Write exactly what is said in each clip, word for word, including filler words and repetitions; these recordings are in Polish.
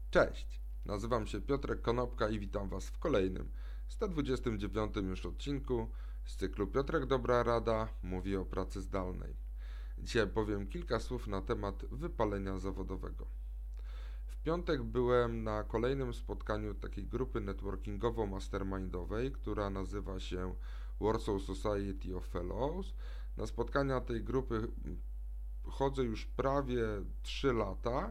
Cześć, nazywam się Piotrek Konopka i witam Was w kolejnym, sto dwudziestym dziewiątym już odcinku z cyklu Piotrek Dobra Rada mówi o pracy zdalnej. Dzisiaj powiem kilka słów na temat wypalenia zawodowego. W piątek byłem na kolejnym spotkaniu takiej grupy networkingowo-mastermindowej, która nazywa się Warsaw Society of Fellows. Na spotkania tej grupy chodzę już prawie trzy lata.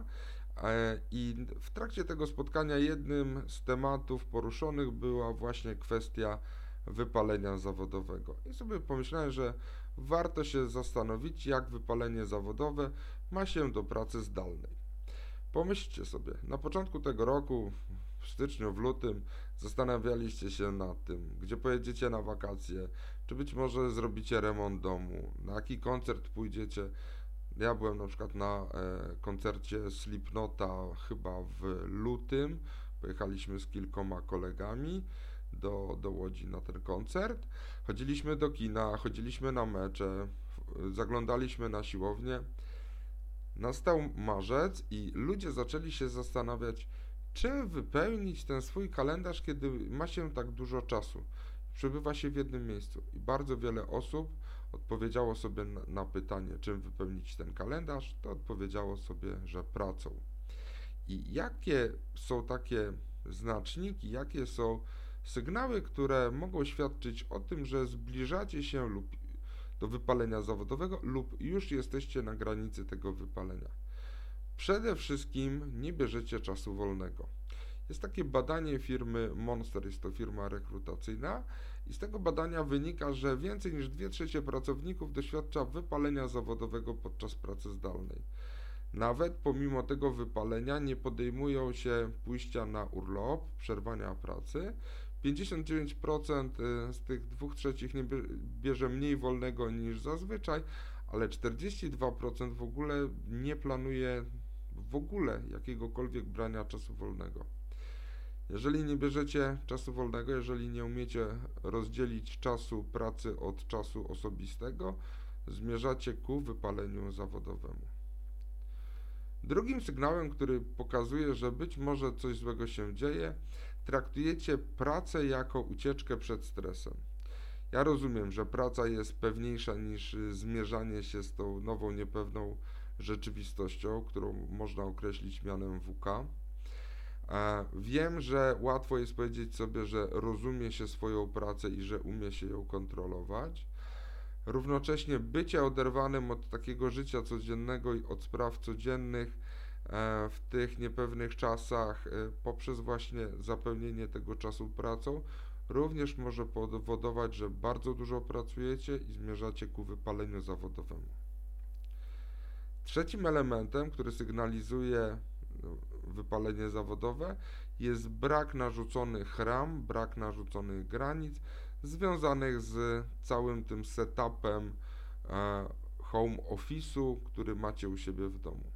I w trakcie tego spotkania jednym z tematów poruszonych była właśnie kwestia wypalenia zawodowego. I sobie pomyślałem, że warto się zastanowić, jak wypalenie zawodowe ma się do pracy zdalnej. Pomyślcie sobie, na początku tego roku, w styczniu, w lutym, zastanawialiście się nad tym, gdzie pojedziecie na wakacje, czy być może zrobicie remont domu, na jaki koncert pójdziecie. Ja byłem na przykład na e, koncercie Slipknota chyba w lutym. Pojechaliśmy z kilkoma kolegami do, do Łodzi na ten koncert. Chodziliśmy do kina, chodziliśmy na mecze, zaglądaliśmy na siłownię. Nastał marzec i ludzie zaczęli się zastanawiać, czym wypełnić ten swój kalendarz, kiedy ma się tak dużo czasu. Przebywa się w jednym miejscu i bardzo wiele osób odpowiedziało sobie na, na pytanie, czym wypełnić ten kalendarz, to odpowiedziało sobie, że pracą. I jakie są takie znaczniki, jakie są sygnały, które mogą świadczyć o tym, że zbliżacie się lub do wypalenia zawodowego lub już jesteście na granicy tego wypalenia. Przede wszystkim nie bierzecie czasu wolnego. Jest takie badanie firmy Monster, jest to firma rekrutacyjna i z tego badania wynika, że więcej niż dwie trzecie pracowników doświadcza wypalenia zawodowego podczas pracy zdalnej. Nawet pomimo tego wypalenia nie podejmują się pójścia na urlop, przerwania pracy. pięćdziesiąt dziewięć procent z tych dwie trzecie nie bierze mniej wolnego niż zazwyczaj, ale czterdzieści dwa procent w ogóle nie planuje w ogóle jakiegokolwiek brania czasu wolnego. Jeżeli nie bierzecie czasu wolnego, jeżeli nie umiecie rozdzielić czasu pracy od czasu osobistego, zmierzacie ku wypaleniu zawodowemu. Drugim sygnałem, który pokazuje, że być może coś złego się dzieje, traktujecie pracę jako ucieczkę przed stresem. Ja rozumiem, że praca jest pewniejsza niż zmierzanie się z tą nową, niepewną rzeczywistością, którą można określić mianem W K. Wiem, że łatwo jest powiedzieć sobie, że rozumie się swoją pracę i że umie się ją kontrolować. Równocześnie bycie oderwanym od takiego życia codziennego i od spraw codziennych w tych niepewnych czasach poprzez właśnie zapełnienie tego czasu pracą również może powodować, że bardzo dużo pracujecie i zmierzacie ku wypaleniu zawodowemu. Trzecim elementem, który sygnalizuje wypalenie zawodowe, jest brak narzuconych ram, brak narzuconych granic związanych z całym tym setupem home office'u, który macie u siebie w domu.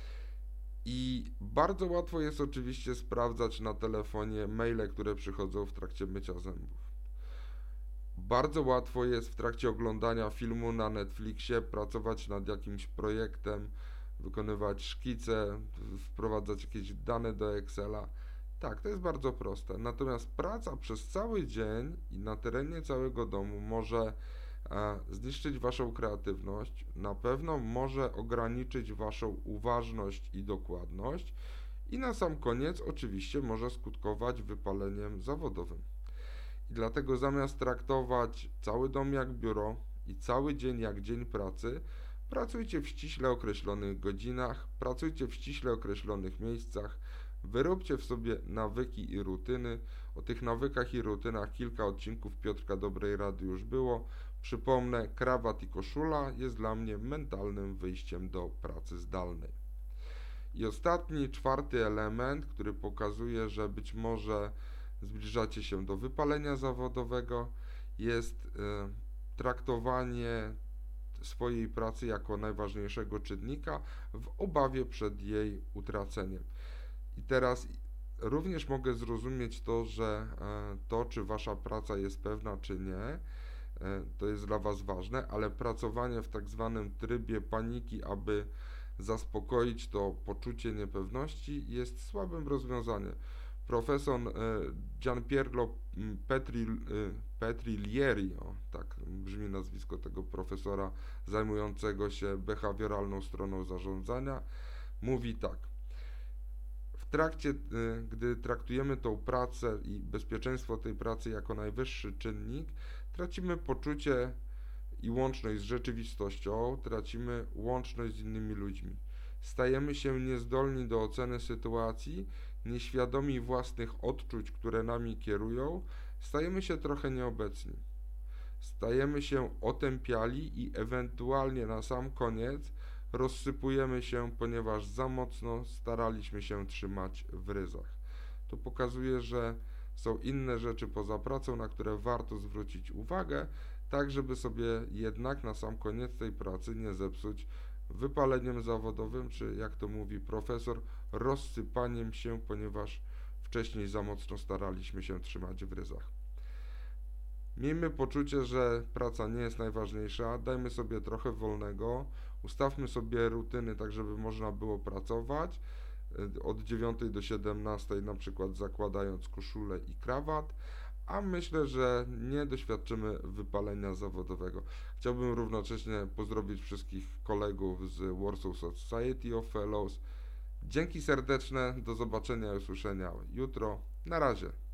I bardzo łatwo jest oczywiście sprawdzać na telefonie maile, które przychodzą w trakcie mycia zębów. Bardzo łatwo jest w trakcie oglądania filmu na Netflixie pracować nad jakimś projektem, wykonywać szkice, wprowadzać jakieś dane do Excela. Tak, to jest bardzo proste. Natomiast praca przez cały dzień i na terenie całego domu może e, zniszczyć Waszą kreatywność, na pewno może ograniczyć Waszą uważność i dokładność i na sam koniec oczywiście może skutkować wypaleniem zawodowym. I dlatego zamiast traktować cały dom jak biuro i cały dzień jak dzień pracy, pracujcie w ściśle określonych godzinach, pracujcie w ściśle określonych miejscach, wyróbcie w sobie nawyki i rutyny. O tych nawykach i rutynach kilka odcinków Piotrka Dobrej Rady już było. Przypomnę, krawat i koszula jest dla mnie mentalnym wyjściem do pracy zdalnej. I ostatni, czwarty element, który pokazuje, że być może zbliżacie się do wypalenia zawodowego, jest y, traktowanie swojej pracy jako najważniejszego czynnika w obawie przed jej utraceniem. I teraz również mogę zrozumieć to, że to, czy Wasza praca jest pewna, czy nie, to jest dla Was ważne, ale pracowanie w tak zwanym trybie paniki, aby zaspokoić to poczucie niepewności, jest słabym rozwiązaniem. Profesor e, Gianpiero Petri, e, Petrilieri, o, tak brzmi nazwisko tego profesora zajmującego się behawioralną stroną zarządzania, mówi tak. W trakcie, e, gdy traktujemy tą pracę i bezpieczeństwo tej pracy jako najwyższy czynnik, tracimy poczucie i łączność z rzeczywistością, tracimy łączność z innymi ludźmi. Stajemy się niezdolni do oceny sytuacji, nieświadomi własnych odczuć, które nami kierują, stajemy się trochę nieobecni. Stajemy się otępiali i ewentualnie na sam koniec rozsypujemy się, ponieważ za mocno staraliśmy się trzymać w ryzach. To pokazuje, że są inne rzeczy poza pracą, na które warto zwrócić uwagę, tak żeby sobie jednak na sam koniec tej pracy nie zepsuć wypaleniem zawodowym, czy jak to mówi profesor, rozsypaniem się, ponieważ wcześniej za mocno staraliśmy się trzymać w ryzach. Miejmy poczucie, że praca nie jest najważniejsza, dajmy sobie trochę wolnego, ustawmy sobie rutyny tak, żeby można było pracować od dziewiątej do siedemnastej, na przykład zakładając koszulę i krawat, a myślę, że nie doświadczymy wypalenia zawodowego. Chciałbym równocześnie pozdrowić wszystkich kolegów z Warsaw Society of Fellows. Dzięki serdeczne, do zobaczenia i usłyszenia jutro. Na razie.